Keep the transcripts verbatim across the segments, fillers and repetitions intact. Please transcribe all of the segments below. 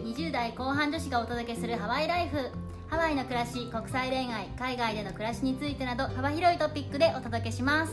にじゅう代後半女子がお届けするハワイライフ。ハワイの暮らし、国際恋愛、海外での暮らしについてなど幅広いトピックでお届けします。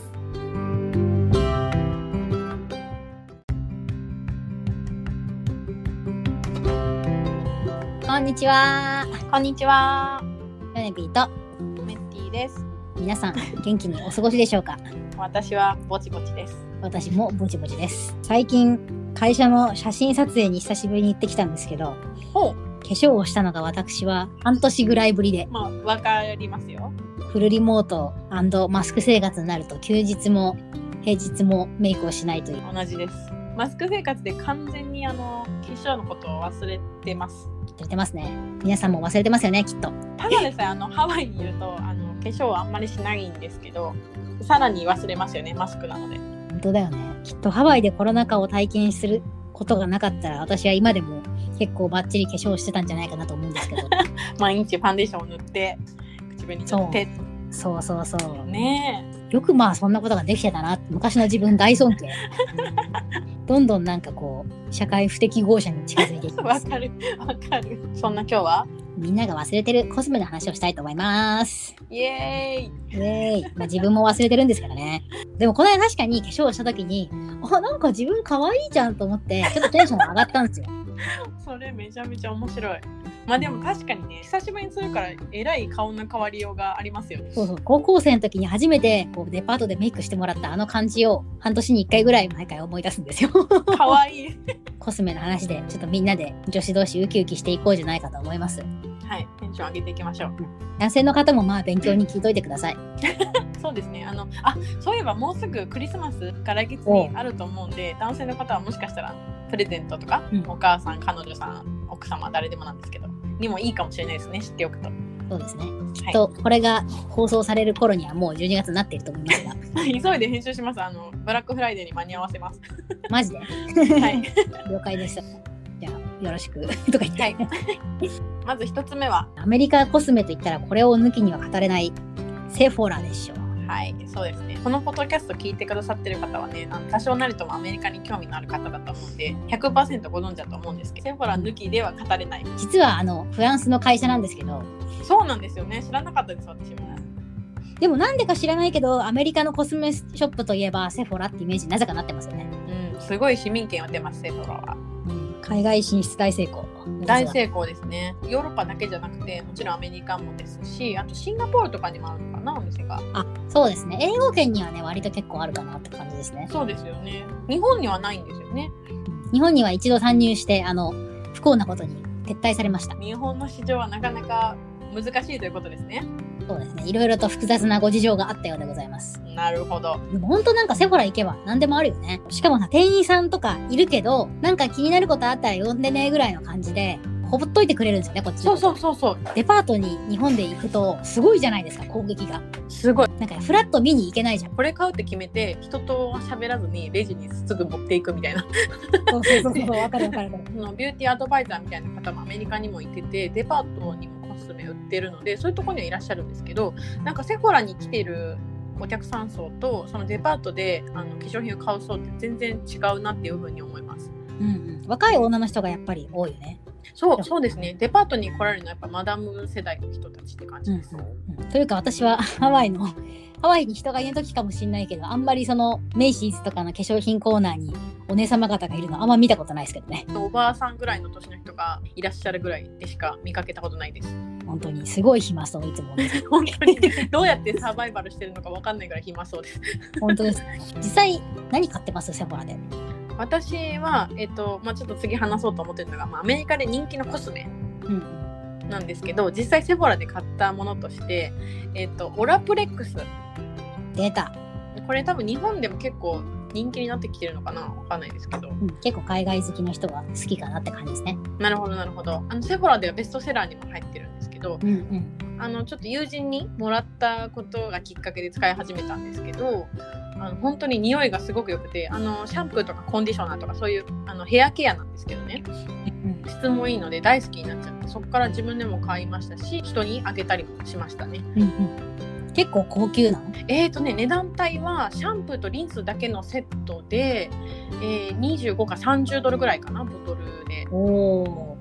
こんにちは。 こんにちは。 ヨネピーとメッティです。 皆さん元気にお過ごしでしょうか？ 私はぼちぼちです。 私もぼちぼちです。最近会社の写真撮影に久しぶりに行ってきたんですけど、 ほう。 化粧をしたのが私は半年ぐらいぶりで、 まあわかりますよ。 フルリモート&マスク生活になると休日も平日もメイクをしないという。 同じです。マスク生活で完全にあの化粧のことを忘れてます。 忘れてますね。皆さんも忘れてますよね、きっと。 ただでさえあのハワイにいるとあの化粧はあんまりしないんですけど、さらに忘れますよね、マスクなので。 本当だよね。きっとハワイでコロナ禍を体験することがなかったら、私は今でも結構バッチリ化粧してたんじゃないかなと思うんですけど毎日ファンデーションを塗って口紅塗ってそうそうそうそうねえ。よくまあそんなことができてたなって、昔の自分大尊敬どんどんなんかこう社会不適合者に近づいていきます。 わかるわかる。そんな今日はみんなが忘れてるコスメの話をしたいと思います。 イエーイイエーイ、まあ、自分も忘れてるんですからね。でもこの間確かに化粧をした時に、あ、なんか自分可愛いじゃんと思ってちょっとテンションが上がったんですよそれめちゃめちゃ面白い。まあでも確かにね、久しぶりにするからえらい顔の変わりようがありますよね。 そうそう、高校生の時に初めてこうデパートでメイクしてもらったあの感じを半年にいっかいぐらい毎回思い出すんですよかわいいコスメの話でちょっとみんなで女子同士ウキウキしていこうじゃないかと思います。 はい、テンション上げていきましょう。 男性の方もまあ勉強に聞いといてくださいそうですね。あのあそういえばもうすぐクリスマスが来月にあると思うんで、男性の方はもしかしたらプレゼントとか、うん、お母さん、彼女さん、奥様、誰でもなんですけどにもいいかもしれないですね、知っておくと。 そうですね。きっとこれが放送される頃にはもうじゅうにがつになっていると思いますが急いで編集します。あのブラックフライデーに間に合わせますマジではい了解でした。じゃあよろしくとか言って、はい、 まず一つ目はアメリカコスメといったらこれを抜きには語れないセフォラでしょう。 はい、そうですね。このポッドキャスト聞いてくださってる方はね、あの多少なりともアメリカに興味のある方だと思うんで ひゃくパーセント ご存知だと思うんですけど、セフォラ抜きでは語れない。 実はあのフランスの会社なんですけど。 そうなんですよね。知らなかったです、私も。 でもなんでか知らないけどアメリカのコスメショップといえばセフォラってイメージになぜかなってますよね。 うん、すごい市民権を出ます、セフォラは。 うん、海外進出大成功。 大成功ですね。ヨーロッパだけじゃなくてもちろんアメリカもですし、あとシンガポールとかにもあるのかな、お店が。 あ、そうですね。英語圏にはね割と結構あるかなって感じですね。 そうですよね。日本にはないんですよね。 日本には一度参入してあの不幸なことに撤退されました。 日本の市場はなかなか難しいということですね。 そうですね。いろいろと複雑なご事情があったようでございます。 なるほど。 でも本当なんかセフォラ行けば何でもあるよね。しかもさ、店員さんとかいるけど、なんか気になることあったら呼んでねぐらいの感じでほっといてくれるんですよね、こっち。 そうそうそうそう。 デパートに日本で行くとすごいじゃないですか、攻撃が。 すごい。 なんかフラッと見に行けないじゃん。 これ買うって決めて人と喋らずにレジにすぐ持っていくみたいな。 そうそうそうそう、わかるわかる。 そのビューティーアドバイザーみたいな方もアメリカにもいてて、デパートにもコスメ売ってるのでそういうところにはいらっしゃるんですけど、なんかセフォラに来てるお客さん層とそのデパートであの化粧品を買う層って全然違うなっていうふうに思います。 うんうん、若い女の人がやっぱり多いよね。 そうそうですね。デパートに来られるのはやっぱマダム世代の人たちって感じです。 うんうんうん、というか私はハワイのハワイに人がいる時かもしれないけど、あんまりそのメイシーズとかの化粧品コーナーにお姉様方がいるのあんま見たことないですけどね。 おばあさんぐらいの年の人がいらっしゃるぐらいでしか見かけたことないです。 本当にすごい暇そう、いつも本当にどうやってサバイバルしてるのか分かんないぐらい暇そうです本当です。実際何買ってます、セフォラで？ 私は、えっとまあ、ちょっと次話そうと思ってるのが、まあ、アメリカで人気のコスメなんですけど、うん、実際セフォラで買ったものとして、えっと、オラプレックス出た。 これ多分日本でも結構人気になってきてるのかな、わかんないですけど、 うん、結構海外好きの人が好きかなって感じですね。 なるほどなるほど。あのセフォラではベストセラーにも入ってるんですけど、 うんうん、 あのちょっと友人にもらったことがきっかけで使い始めたんですけど、あの本当に匂いがすごく良くて、あのシャンプーとかコンディショナーとかそういうあのヘアケアなんですけどね、うん、質もいいので大好きになっちゃって、そこから自分でも買いましたし人にあげたりもしましたね。 うんうん、結構高級なの？ えーとね、値段帯はシャンプーとリンスだけのセットで、えー、にじゅうごかさんじゅうドルぐらいかな、ボトルで。 おー、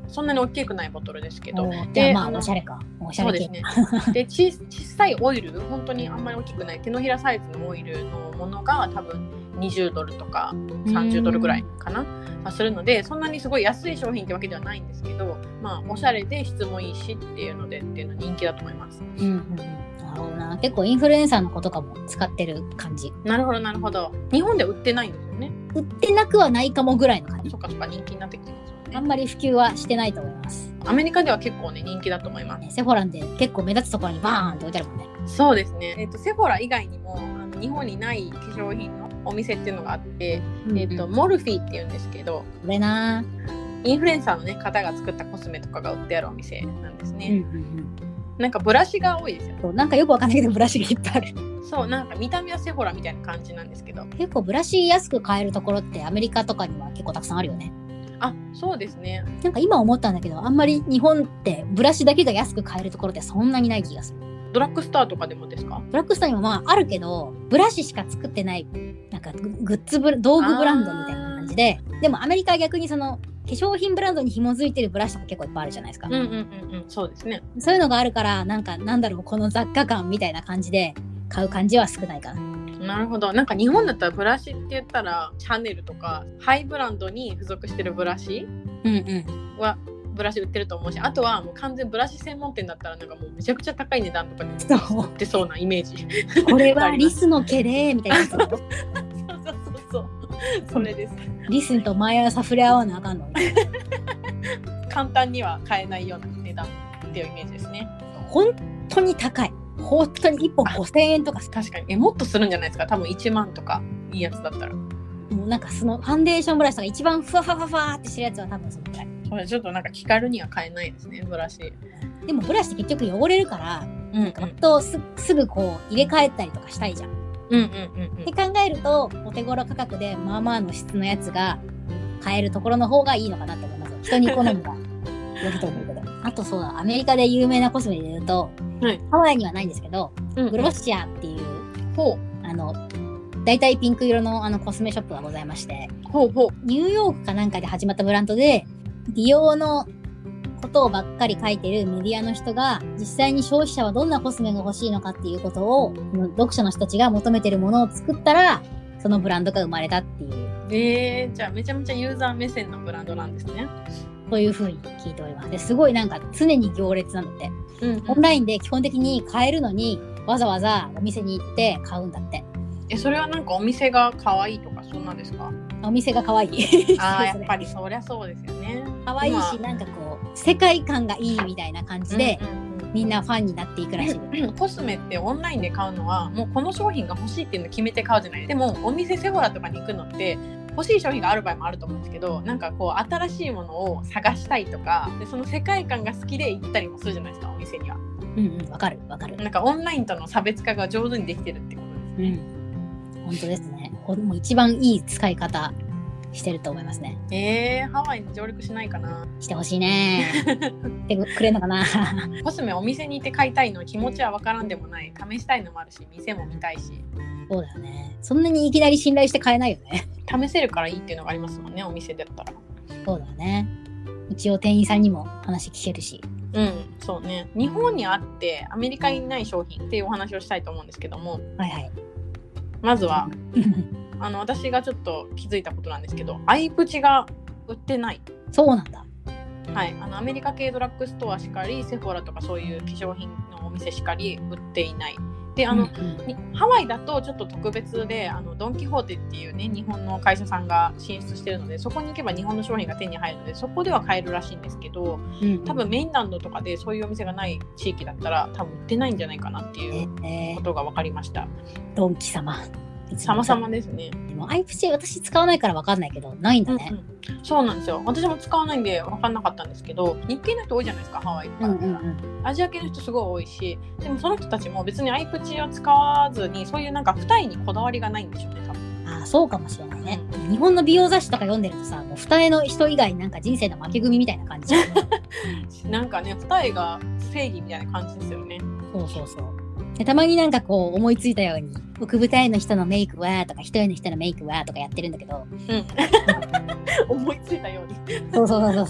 そんなに大きくないボトルですけど、 でまあおしゃれか、おしゃれ系。 そうですね。でち小さいオイル、本当にあんまり大きくない手のひらサイズのオイルのものが多分にじゅうドルとかさんじゅうドルぐらいかな、まあ、するので、そんなにすごい安い商品ってわけではないんですけど、まあおしゃれで質もいいしっていうのでっていうの人気だと思います。 うんうん、なるほどな。結構インフルエンサーの子とかも使ってる感じ。 なるほどなるほど。日本で売ってないんですよね。 売ってなくはないかもぐらいの感じ。 そっかそっか、人気になってきてますよね。 あんまり普及はしてないと思います。 アメリカでは結構ね人気だと思います。 セフォランで結構目立つところにバーンって置いてあるもんね。 そうですね。えっとセフォラ以外にもあの日本にない化粧品のお店っていうのがあって、うんうん、えっとモルフィーっていうんですけど、 これな。 インフルエンサーの、ね、方が作ったコスメとかが売ってあるお店なんですね。 うんうんうん、 なんかブラシが多いですよ。 そう、なんかよくわかんないけどブラシがいっぱいある。 そう、なんか見た目はセフォラみたいな感じなんですけど、 結構ブラシ安く買えるところってアメリカとかには結構たくさんあるよね。 あ、そうですね。 なんか今思ったんだけど、あんまり日本ってブラシだけが安く買えるところってそんなにない気がする。 ドラッグストアとかでもですか？ ドラッグストアにもまああるけど、ブラシしか作ってないなんかグッズブ道具ブランドみたいな感じで、でもアメリカは逆にその化粧品ブランドに紐づいてるブラシとか結構いっぱいあるじゃないですか。 うんうんうんうん、そうですね。 そういうのがあるから、なんかなんだろう、この雑貨感みたいな感じで買う感じは少ないかな。 なるほど。なんか日本だったらブラシって言ったらシャネルとかハイブランドに付属してるブラシはブラシ売ってると思うし、あとはもう完全ブラシ専門店だったらなんかもうめちゃくちゃ高い値段とかで売ってそうなイメージ。 これはリスの毛でみたいな。そうそうそうそう。それです。 リスと毎朝触れ合わなあかんの。 簡単には買えないような値段っていうイメージですね。 本当に高い。本当にいっぽんごせんえんとか。 確かに。え、もっとするんじゃないですか。多分いちまんとかいいやつだったら。 もうなんかそのファンデーションブラシとか一番ふわふわふわふわってしてるやつは多分そのくらい。 それちょっとなんか気軽には買えないですね、ブラシ。 でもブラシって結局汚れるから、 うんうん、 なんかと す, すぐこう入れ替えたりとかしたいじゃん。 うんうんうんうん、 って考えるとお手頃価格でまあまあの質のやつが買えるところの方がいいのかなと思います。人に好みがよると思うけど。あとそうだ、アメリカで有名なコスメで言うと、はい、ハワイにはないんですけど、うんうん、グロッシアっていう、ほうあの大体ピンク色 の, あのコスメショップがございまして、ほうほうニューヨークかなんかで始まったブランドで、美容のことをばっかり書いてるメディアの人が実際に消費者はどんなコスメが欲しいのかっていうことを読者の人たちが求めてるものを作ったらそのブランドが生まれたっていう。 えー、じゃあめちゃめちゃユーザー目線のブランドなんですね。 そういう風に聞いております。ですごいなんか常に行列なんだって、うんうん、オンラインで基本的に買えるのにわざわざお店に行って買うんだって。 え、それはなんかお店が可愛いとかそんなんですか？ お店が可愛い。 ああ、やっぱりそりゃそうですよね。 可愛いし、なんかこう世界観がいいみたいな感じで、うんうんうん、みんなファンになっていくらしい。 コスメってオンラインで買うのはもうこの商品が欲しいっていうのを決めて買うじゃない。でもお店セフォラとかに行くのって欲しい商品がある場合もあると思うんですけど、なんかこう新しいものを探したいとかで、その世界観が好きで行ったりもするじゃないですか、お店には。 うんうん、わかるわかる。 なんかオンラインとの差別化が上手にできてるってことですね。 うん、本当ですね。もう一番いい使い方してると思いますね。 えー、ハワイに上陸しないかな。 してほしいね。してくれんのかな。 コスメお店に行って買いたいの気持ちはわからんでもない。試したいのもあるし、店も見たいし。 そうだよね。そんなにいきなり信頼して買えないよね。 試せるからいいっていうのがありますもんね、お店だったら。 そうだよね。一応店員さんにも話聞けるし。 うん、そうね。日本にあってアメリカにない商品っていうお話をしたいと思うんですけども、 はいはい。 まずはあの私がちょっと気づいたことなんですけど、アイプチが売ってない。 そうなんだ。 はい、あのアメリカ系ドラッグストアしかり、セフォラとかそういう化粧品のお店しかり売っていない。で、あの、うんうん、ハワイだとちょっと特別で、あのドン・キホーテっていうね、日本の会社さんが進出してるので、そこに行けば日本の商品が手に入るので、そこでは買えるらしいんですけど、うんうん、多分メインランドとかでそういうお店がない地域だったら多分売ってないんじゃないかなっていうことが分かりました。 えー、ドンキ様。 様々ですね。 でもアイプチ私使わないから分かんないけど、ないんだね。 うんうん、そうなんですよ。私も使わないんで分かんなかったんですけど、日系の人多いじゃないですか、ハワイとかだったら、うんうんうん、アジア系の人すごい多いし、でもその人たちも別にアイプチを使わずに、そういうなんか二重にこだわりがないんでしょうね、多分。 ああ、そうかもしれないね。うん、日本の美容雑誌とか読んでるとさ、もう二重の人以外なんか人生の負け組みたいな感じじゃん。 なんかね、二重が正義みたいな感じですよね。 そうそうそう。でたまになんかこう思いついたように奥二重の人のメイクはとか一重の人のメイクはとかやってるんだけど、 うん、思いついたようにそうそうそうそう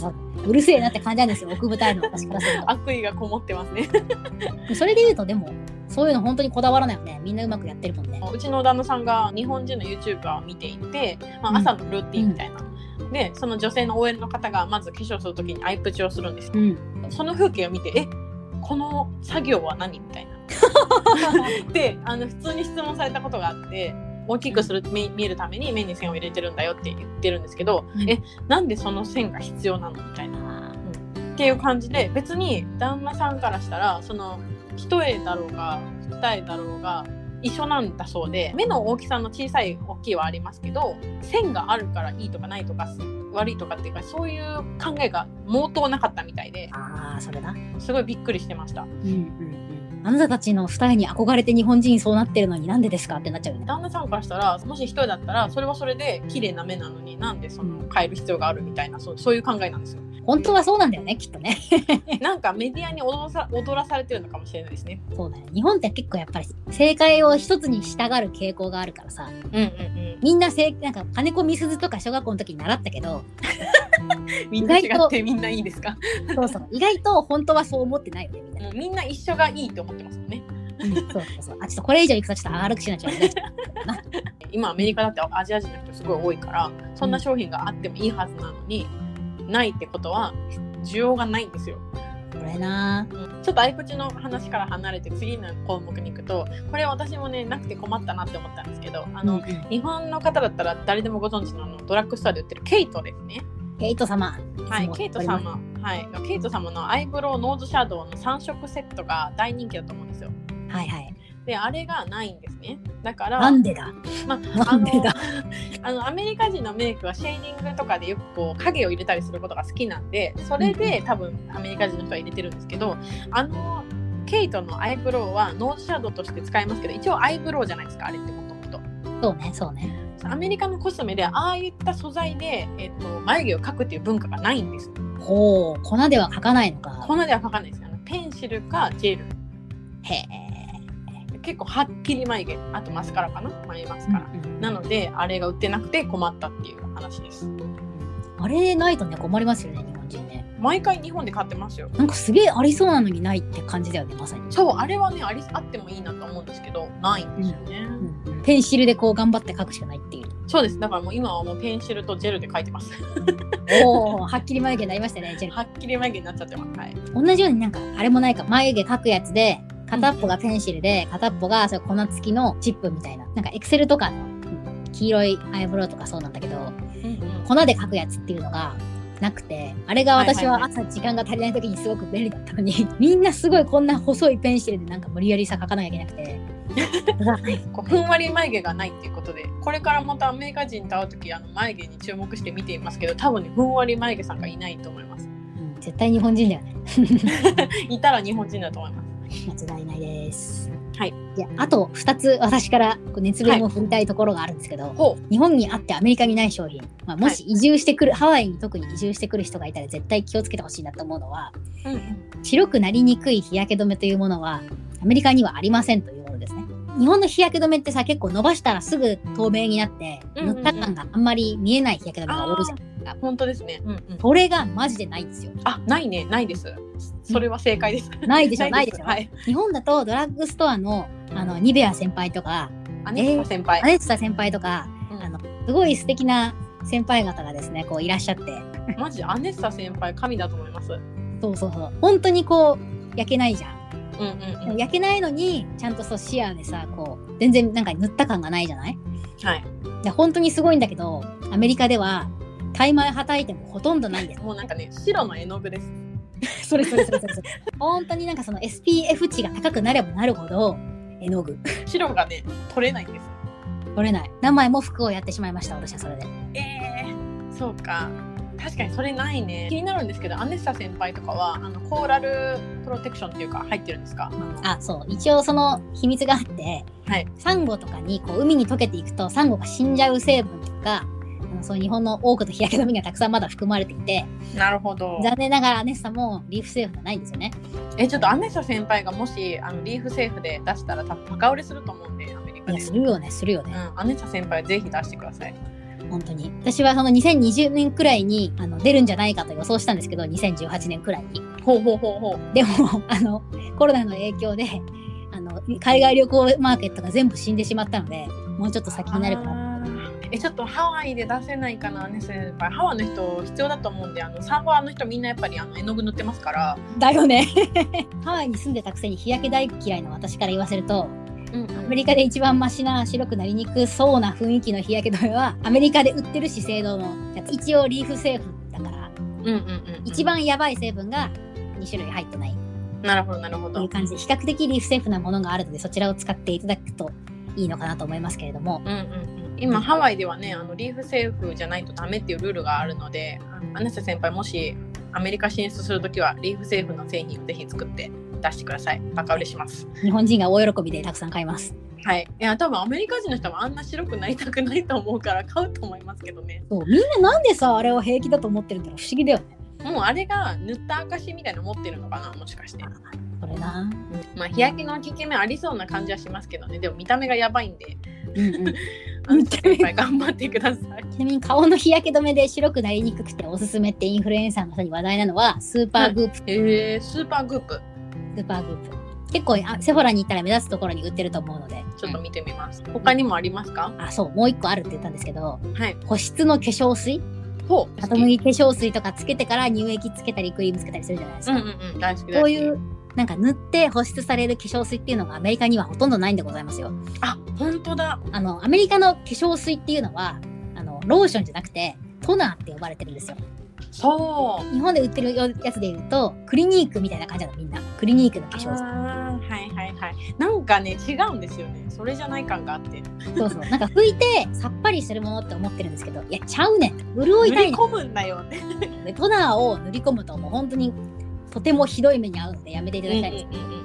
うるせえなって感じなんですよ、奥舞台の私からすると。 悪意がこもってますね。 それで言うとでもそういうの本当にこだわらないよね。みんなうまくやってるもんね。 うちの旦那さんが日本人の YouTuber を見ていて、まあ、朝のルーティンみたいな、うん、でその女性の オーエル の方がまず化粧するときにアイプチをするんですよ、うん、その風景を見てえこの作業は何みたいなであの普通に質問されたことがあって、大きくする見えるために目に線を入れてるんだよって言ってるんですけど、うん、えなんでその線が必要なのみたいな、うん、っていう感じで、別に旦那さんからしたらその一重だろうが二重だろうが一緒なんだそうで、目の大きさの小さい大きいはありますけど、線があるからいいとかないとか悪いとかっていうか、そういう考えが毛頭なかったみたいで、 ああそれだ、 すごいびっくりしてました。 うんうんうん、あなたたちの二重に憧れて日本人そうなってるのになんでですかってなっちゃうよね。 旦那さんからしたらもし一重だったらそれはそれで綺麗な目なのになんでその変える必要があるみたいな、そう、そういう考えなんですよ。 本当はそうなんだよねきっとね。 なんかメディアに踊らさ、踊らされてるのかもしれないですね。 そうだね、日本って結構やっぱり正解を一つに従う傾向があるからさ、うんうんうん、みんな正なんか金子みすずとか小学校の時に習ったけどみんな違ってみんないいですか？ そうそう、意外と本当はそう思ってないよねみんな。 もうみんな一緒がいいって思ってますもんね。 うん、そうそうそう。あ、ちょっとこれ以上いくとちょっと上がる口になっちゃうね。 今アメリカだってアジア人の人すごい多いから、そんな商品があってもいいはずなのに、うん、ないってことは需要がないんですよ。 これな、 うん、ちょっとアイプチの話から離れて次の項目に行くと、これ私もねなくて困ったなって思ったんですけど、あの、うん、日本の方だったら誰でもご存知の、あのドラッグストアで売ってるケイトですね。 ケイト様、 はい、ケイト様、はい、ケイト様のアイブロウノーズシャドウのさん色セットが大人気だと思うんですよ。 はいはい。 であれがないんですね。だからなんでだ、 まあ、なんでだあのアメリカ人のメイクはシェーディングとかでよくこう影を入れたりすることが好きなんで、それで多分アメリカ人の人は入れてるんですけど、あのケイトのアイブロウはノーズシャドウとして使えますけど、一応アイブロウじゃないですか、あれってもともと。 そうねそうね。 アメリカのコスメでああいった素材で、えっと、眉毛を描くっていう文化がないんです。 ほう、粉では描かないのか。 粉では描かないですよね。ペンシルかジェル。 へえ。 結構はっきり眉毛、あとマスカラかな、眉マスカラ、うんうん、なのであれが売ってなくて困ったっていう話です。 あれないとね困りますよね、日本人ね。 毎回日本で買ってますよ。 なんかすげえありそうなのにないって感じだよね、まさに。 そう、あれはね あ, りあってもいいなと思うんですけどないんですよね、 うんうん、ペンシルでこう頑張って描くしかないっていう。 そうです、だからもう今はもうペンシルとジェルで描いてます。 おお、はっきり眉毛になりましたね、ジェル。 はっきり眉毛になっちゃってます、はい、 同じようになんかあれもないか、眉毛描くやつで片っぽがペンシルで片っぽがそれ粉付きのチップみたいな、なんかエクセルとかの黄色いアイブロウとかそうなんだけど、うんうん、粉で描くやつっていうのがなくて、あれが私は朝時間が足りない時にすごく便利だったのに、はいはいはい、みんなすごいこんな細いペンシルでなんか無理やりさ描かなきゃいけなくてこうふんわり眉毛がないっていうことで、これからまたアメリカ人と会う時あの眉毛に注目して見ていますけど、多分ねふんわり眉毛さんがいないと思います、 うん、絶対日本人だよね。 いたら日本人だと思います。 間違いないです。 はい。 じゃあ、あとふたつ私から熱弁を振りたいところがあるんですけど、はい、日本にあってアメリカにない商品、まあ、もし移住してくる、はい、ハワイに特に移住してくる人がいたら絶対気をつけてほしいなと思うのは、うんうん、白くなりにくい日焼け止めというものはアメリカにはありませんというものですね。日本の日焼け止めってさ、結構伸ばしたらすぐ透明になって、塗った感があんまり見えない日焼け止めが多いじゃないですか。 本当ですね、うんうん、 これがマジでないんですよ。 あ、ないね、ないです。それは正解です。 ないでしょ、ないでしょ、はい。日本だとドラッグストアのあのニベア先輩とか、 アネッサ先輩、 えー、アネッサ先輩とか、うん、あのすごい素敵な先輩方がですね、こういらっしゃって。 マジアネッサ先輩神だと思います。 そうそうそう。本当にこう焼けないじゃん。 うんうんうん、 焼けないのにちゃんとそう視野でさ、こう全然なんか塗った感がないじゃない。 はい。 で本当にすごいんだけど、アメリカではタイマーはたいてもほとんどないんです。 もうなんかね、白の絵の具です。 それそれそれそれそれ。本当になんかその エスピーエフ 値が高くなればなるほど絵の具。 白がね取れないんです。 取れない。何枚も服をやってしまいました、私はそれで。 えー、そうか。確かにそれないね。気になるんですけど、アネッサ先輩とかはあのコーラルプロテクションっていうか入ってるんですか？ あ、そう。一応その秘密があって、はい、サンゴとかにこう海に溶けていくとサンゴが死んじゃう成分とか、あのそう日本の多くの日焼け止めがたくさんまだ含まれていて、 なるほど。 残念ながらアネッサもリーフセーフがないんですよね。 え、ちょっとアネッサ先輩がもしあのリーフセーフで出したら多分バカ売れすると思うんで、アメリカで。 いや、するよね、するよね。 うん、アネッサ先輩ぜひ出してください。 本当に。私はそのにせんにじゅうねんくらいにあの出るんじゃないかと予想したんですけど、にせんじゅうはちねんくらいに。 ほうほうほうほう。 でも、あの、コロナの影響で、あの、海外旅行マーケットが全部死んでしまったので、もうちょっと先になるかな。 え、ちょっとハワイで出せないかなね、先輩。ハワイの人必要だと思うんで、あのサーファーの人みんなやっぱりあの絵の具塗ってますから。 だよね。ハワイに住んでたくせに日焼け大嫌いの私から言わせると、うんうん、アメリカで一番マシな白くなりにくそうな雰囲気の日焼け止めはアメリカで売ってる資生堂のやつ。一応リーフセーフだから、うんうんうんうん、一番やばい成分がに種類入ってない。 なるほどなるほど。 という感じで比較的リーフセーフなものがあるので、そちらを使っていただくといいのかなと思いますけれども、うんうんうん、 今ハワイではね、あのリーフセーフじゃないとダメっていうルールがあるので、アナスタ先輩もしアメリカ進出するときはリーフセーフの製品をぜひ作って出してください。バカ売れします。 日本人が大喜びでたくさん買います。 はい、いや多分アメリカ人の人はあんな白くなりたくないと思うから買うと思いますけどね。 そう、みんななんでさあれを平気だと思ってるんだろう。不思議だよね。 もうあれが塗った証みたいなの持ってるのかな、もしかして。 これな、うん、 まあ日焼けの効き目ありそうな感じはしますけどね。でも見た目がやばいんで、うんうん、あの先輩頑張ってください。 ちなみに顔の日焼け止めで白くなりにくくておすすめってインフルエンサーの人に話題なのはスーパーグープ、 うん、えー、スーパーグープスーパーグープ結構あセフォラに行ったら目立つところに売ってると思うので、 ちょっと見てみます。うん、他にもありますか？ あ、そう、もう一個あるって言ったんですけど、 はい、 保湿の化粧水、 ほう、 後麦化粧水とかつけてから乳液つけたりクリームつけたりするじゃないですか。 うんうんうん、大好き大好き。 こういうなんか塗って保湿される化粧水っていうのがアメリカにはほとんどないんでございますよ。 あ、本当だ。 あのアメリカの化粧水っていうのはあのローションじゃなくてトナーって呼ばれてるんですよ。 そう。 日本で売ってるやつで言うとクリニークみたいな感じなの。みんなクリニークの化粧水。 あ、はいはいはい。なんかね違うんですよね。それじゃない感があって。 そうそう。なんか拭いてさっぱりするものって思ってるんですけど、いやちゃうねん。潤いたいねん。 塗り込むんだよね。 でトナーを塗り込むともう本当にとてもひどい目に遭うのでやめていただきたいです。うんうんうん、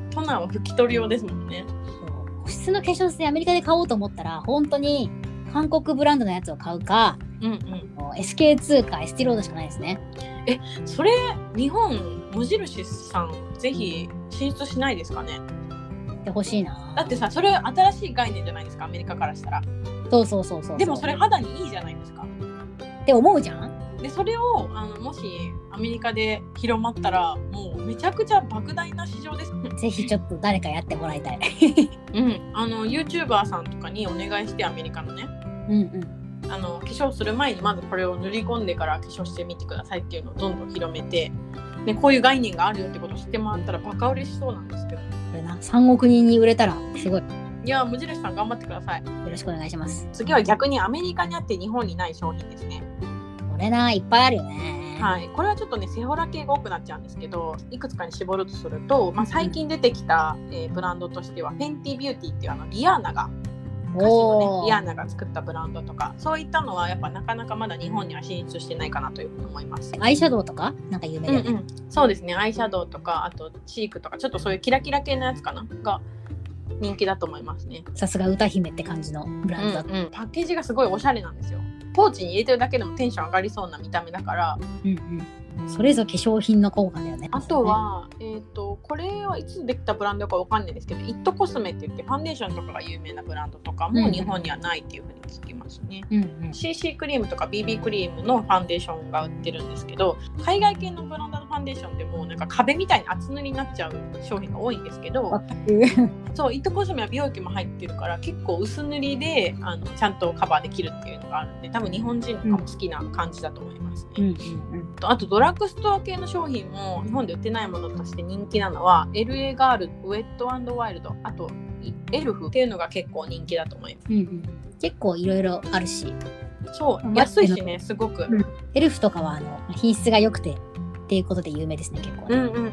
トナーは拭き取り用ですもんね。 保湿の化粧水アメリカで買おうと思ったら本当に韓国ブランドのやつを買うか、うんうん、エスケーツー かエスティロードしかないですね。 え、それ日本無印さんぜひ進出しないですかね。 で欲しいな。 だってさ、それ新しい概念じゃないですか、アメリカからしたら。 そうそうそうそう。 でもそれ肌にいいじゃないですかって思うじゃん。でそれをあのもしアメリカで広まったらもうめちゃくちゃ莫大な市場です。 ぜひちょっと誰かやってもらいたい。 うん、あの YouTuber さんとかにお願いして、アメリカのね、うんうん、あの化粧する前にまずこれを塗り込んでから化粧してみてくださいっていうのをどんどん広めて、でこういう概念があるよってことを知ってもらったらバカ売れしそうなんですけど。これな、さんおくにんに売れたらすごい。 いや、無印さん頑張ってください。 よろしくお願いします。 次は逆にアメリカにあって日本にない商品ですね。 これな、いっぱいあるよね。 はい、これはちょっとねセフォラ系が多くなっちゃうんですけど、いくつかに絞るとすると、まあ、最近出てきた、うんえー、ブランドとしてはフェンティビューティーっていうあのリアーナが歌手のねリアーナが作ったブランドとか、そういったのはやっぱなかなかまだ日本には進出してないかなというふうに思います。 アイシャドウとかなんか有名だよね、うんうん、 そうですね、アイシャドウとかあとチークとかちょっとそういうキラキラ系のやつかなが人気だと思いますね。 さすが歌姫って感じのブランドだった、 うんうん、パッケージがすごいおしゃれなんですよ。ポーチに入れてるだけでもテンション上がりそうな見た目だから、うんうん、それぞれ化粧品の効果だよね。 あとは、えーと、これはいつできたブランドかわかんないですけど、イットコスメって言ってファンデーションとかが有名なブランドとかも日本にはないっていうふうに聞きますね、うんうん、シーシー クリームとか ビービー クリームのファンデーションが売ってるんですけど、海外系のブランドのファンデーションでもなんか壁みたいに厚塗りになっちゃう商品が多いんですけどそう、イットコスメは美容液も入ってるから結構薄塗りであのちゃんとカバーできるっていうのがあるんで、多分日本人とかも好きな感じだと思いますね、うんうんうん、あとドラッグストア系の商品も日本で売ってないものとして人気なのは エルエー ガール、ウェット&ワイルド、あとエルフっていうのが結構人気だと思います、うんうん、 結構いろいろあるし、 そう安いしね、すごく、うん、 エルフとかはあの品質が良くてっていうことで有名ですね、結構ね、 うんうんうんうん、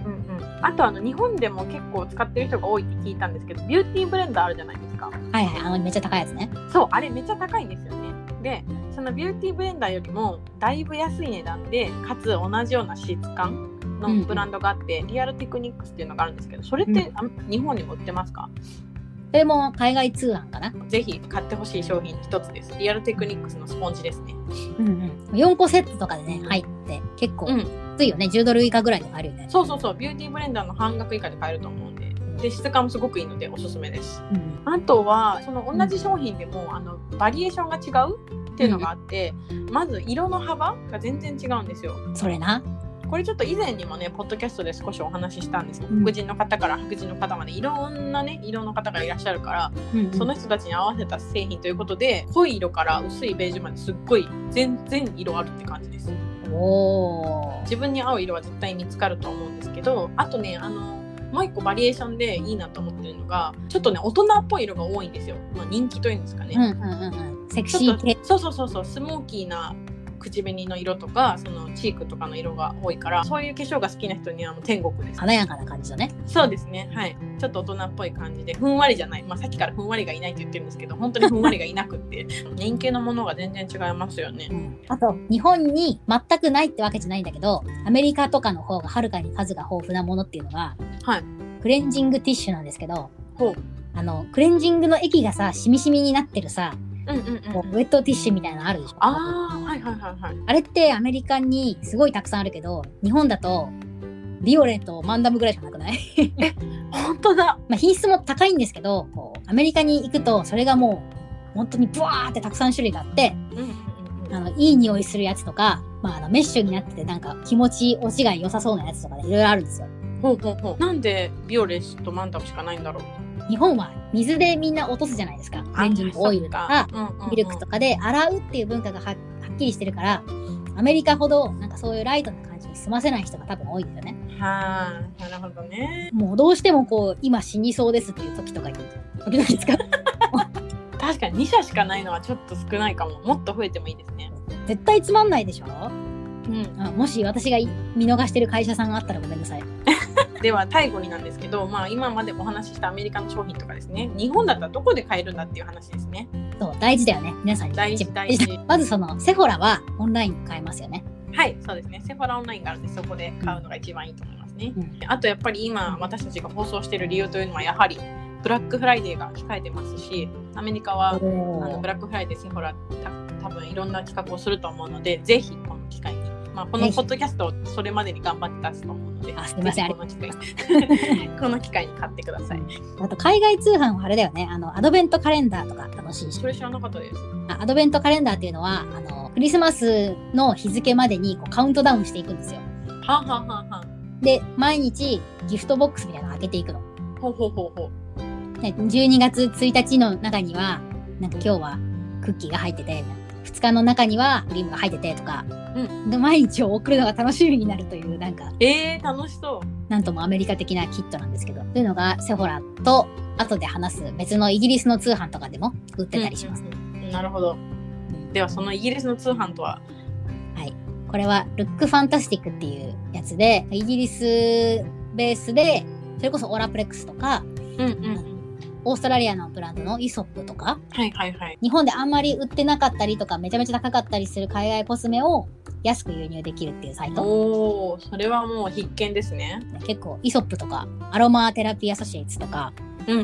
あとあの日本でも結構使ってる人が多いって聞いたんですけど、ビューティーブレンダーあるじゃないですか。 はいはい、あのめっちゃ高いやつね。 そう、あれめっちゃ高いんですよね。でそのビューティーブレンダーよりもだいぶ安い値段でかつ同じような質感のブランドがあって、うん、リアルテクニックスっていうのがあるんですけど、それって、うん、日本にも売ってますか？ それも海外通販かな。 ぜひ買ってほしい商品一つです。リアルテクニックスのスポンジですね、 うんうん、よんこセットとかでね入って結構安いよね、うん、じゅうドル以下ぐらいで買えるよね。 そうそうそう、ビューティーブレンダーの半額以下で買えると思うんで、で質感もすごくいいのでおすすめです、うん、あとはその同じ商品でも、うん、あのバリエーションが違うっていうのがあって、うん、まず色の幅が全然違うんですよ。 それな。 これちょっと以前にもねポッドキャストで少しお話ししたんですけど、うん、黒人の方から白人の方までいろんなね色の方がいらっしゃるから、うんうん、その人たちに合わせた製品ということで濃い色から薄いベージュまですっごい全然色あるって感じです。 お自分に合う色は絶対見つかると思うんですけど、あとねあのもう一個バリエーションでいいなと思ってるのがちょっとね大人っぽい色が多いんですよ、まあ、人気というんですかね、 うんうんうんうん、セクシー系。 そうそうそうそう、スモーキーな口紅の色とかそのチークとかの色が多いから、そういう化粧が好きな人にはもう天国です。 華やかな感じだね。 そうですね、はい、ちょっと大人っぽい感じでふんわりじゃない、まあ、さっきからふんわりがいないと言ってるんですけど本当にふんわりがいなくって人気のものが全然違いますよね、うん、 あと日本に全くないってわけじゃないんだけど、アメリカとかの方がはるかに数が豊富なものっていうのが、はい、クレンジングティッシュなんですけど、ほう、あのクレンジングの液がさしみしみになってるさ、うんうんうん、ウェットティッシュみたいなのあるでしょ。 ああ、はいはいはいはい。 あれってアメリカにすごいたくさんあるけど、日本だとビオレとマンダムぐらいしかなくない？ え、本当だ。 まあ品質も高いんですけど、こうアメリカに行くとそれがもう本当にブワーってたくさん種類があって、うんうんうん、あのいい匂いするやつとか、まあ、あのメッシュになっててなんか気持ち落ちが良さそうなやつとかね、いろいろあるんですよ。 ほうほうほう。なんでビオレとマンダムしかないんだろう。 日本は水でみんな落とすじゃないですか。クレンジングオイルとか、うんうんうん、ミルクとかで洗うっていう文化が は, はっきりしてるから、アメリカほどなんかそういうライトな感じに済ませない人が多分多いんだよね。 はあ、なるほどね。 もうどうしてもこう今死にそうですっていう時とかに時々使う。 確かににしゃしかないのはちょっと少ないかも。もっと増えてもいいですね。 絶対つまんないでしょ。うん、あ、もし私が見逃してる会社さんがあったらごめんなさい。 では最後になんですけど、まあ、今までお話ししたアメリカの商品とかですね、日本だったらどこで買えるんだっていう話ですね。 そう大事だよね、皆さんに。 大事大事。 まずそのセフォラはオンラインで買えますよね。 はい、そうですね。セフォラオンラインがあるんでそこで買うのが一番いいと思いますね、うん、あとやっぱり今私たちが放送している理由というのはやはりブラックフライデーが控えてますし、アメリカはあのブラックフライデーセフォラた多分いろんな企画をすると思うので、ぜひこの機会に、まあ、このポッドキャストをそれまでに頑張って出すと思うので、 あ、すみません、 この機会この機会に買ってください。 あと海外通販はあれだよね、あのアドベントカレンダーとか楽しいし。 それ知らなかったです。 あアドベントカレンダーっていうのはあのクリスマスの日付までにこうカウントダウンしていくんですよ。 はんはんはんはん。で毎日ギフトボックスみたいなの開けていくの。 ほうほうほうほう。 じゅうにがつついたちの中にはなんか今日はクッキーが入ってて、ふつかの中にはクリームが入っててとか、うん、で毎日を送るのが楽しみになるというなんかえー、楽しそう。 なんともアメリカ的なキットなんですけど、というのがセフォラと後で話す別のイギリスの通販とかでも売ってたりします、 うんうん、なるほど。ではそのイギリスの通販とは？ はい、これはルックファンタスティックっていうやつで、イギリスベースでそれこそオラプレックスとか、うんうん、オーストラリアのブランドのイソップとか、 はいはいはい、 日本であんまり売ってなかったりとかめちゃめちゃ高かったりする海外コスメを安く輸入できるっていうサイト。 おー、それはもう必見ですね。 結構イソップとかアロマテラピーアソシエイツとか、うんうん、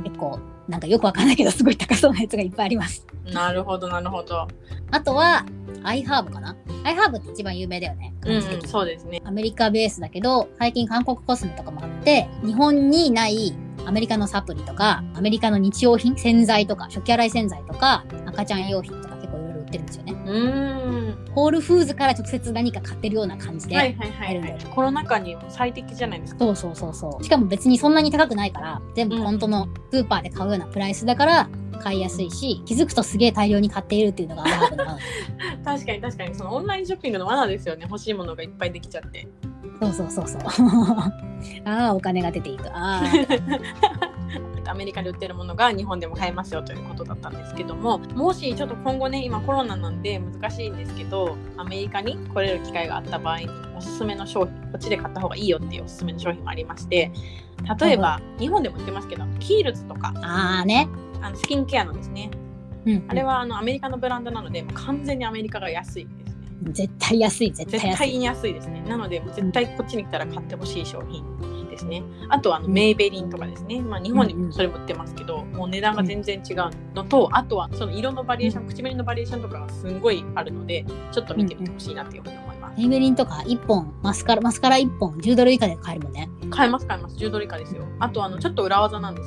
結構なんかよくわかんないけどすごい高そうなやつがいっぱいあります。 なるほどなるほど。 あとはアイハーブかな。アイハーブって一番有名だよね。 うん、うん、そうですね。 アメリカベースだけど最近韓国コスメとかもあって、日本にないアメリカのサプリとかアメリカの日用品、洗剤とか食器洗い洗剤とか赤ちゃん用品とか結構いろいろ売ってるんですよね。うーん、ホールフーズから直接何か買ってるような感じで入るんだよ。コロナ禍にも最適じゃないですか。 そうそうそうそう。しかも別にそんなに高くないから全部本当のスーパーで買うようなプライスだから買いやすいし、気づくとすげえ大量に買っているっていうのがアイハーブの確かに確かに、そのオンラインショッピングの罠ですよね。欲しいものがいっぱいできちゃって。 そうそうそうそうああお金が出ていく。あアメリカで売ってるものが日本でも買えますよということだったんですけども、もしちょっと今後ね、今コロナなんで難しいんですけど、アメリカに来れる機会があった場合におすすめの商品、こっちで買った方がいいよっていうおすすめの商品もありまして、例えば日本でも売ってますけどキールズとか、 あーね、 あのスキンケアのですね、うんうん、あれはあのアメリカのブランドなのでもう完全にアメリカが安いですね。 絶対安い、絶対安い、 絶対に安いですね。なのでもう絶対こっちに来たら買ってほしい商品ですね。あとはあのメイベリンとかですね、まあ、日本にもそれも売ってますけど、うんうん、もう値段が全然違うのと、あとはその色のバリエーション、口紅のバリエーションとかがすんごいあるのでちょっと見てみてほしいなっていうふうに思います。 メイベリンとかいっぽんマスカラマスカラいっぽんじゅうドル以下で買えるもんね。 買えます買えます、じゅうドル以下ですよ。あとあのちょっと裏技なんですけど、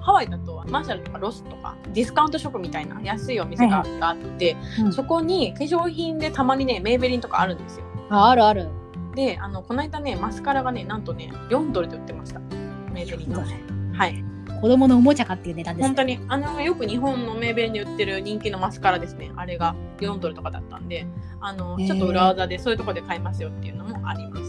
ハワイだとマーシャルとかロスとかディスカウントショップみたいな安いお店があって、はいはい、そこに化粧品でたまにねメイベリンとかあるんですよ。 あ、あるある。 で、あのこの間ねマスカラがねなんとねよんドルで売ってました。メイベリンのね。はい。 子供のおもちゃかっていう値段です、ね。 本当にあのよく日本のメイベリンで売ってる人気のマスカラですね。あれがよんドルとかだったんで、あのちょっと裏技でそういうところで買いますよっていうのもあります。うん、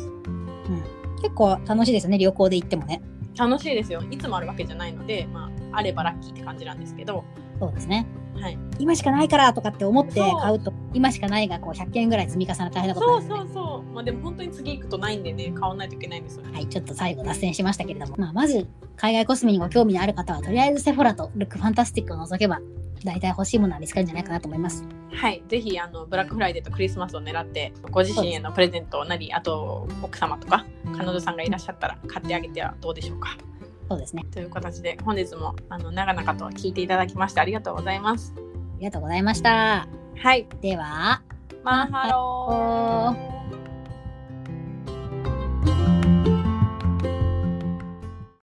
結構楽しいですね、旅行で行ってもね。 楽しいですよ。いつもあるわけじゃないので、まあ、あればラッキーって感じなんですけど。 そうですね。 はい、 今しかないからとかって思って買うと、今しかないがこうひゃっけんぐらい積み重ね大変なことになる、ね。 そうそうそう。まあでも本当に次行くとないんでね、買わないといけないんですよね。 はい、ちょっと最後脱線しましたけれども、まあ、まず海外コスメにご興味のある方はとりあえずセフォラとルックファンタスティックを除けば大体欲しいものは見つかるんじゃないかなと思います。 はい、ぜひあのブラックフライデーとクリスマスを狙ってご自身へのプレゼントなり、あと奥様とか彼女さんがいらっしゃったら買ってあげてはどうでしょうか。 そうですね。 という形で本日もあの長々と聞いていただきましてありがとうございます。 ありがとうございました。 はい。 では、 マハロー。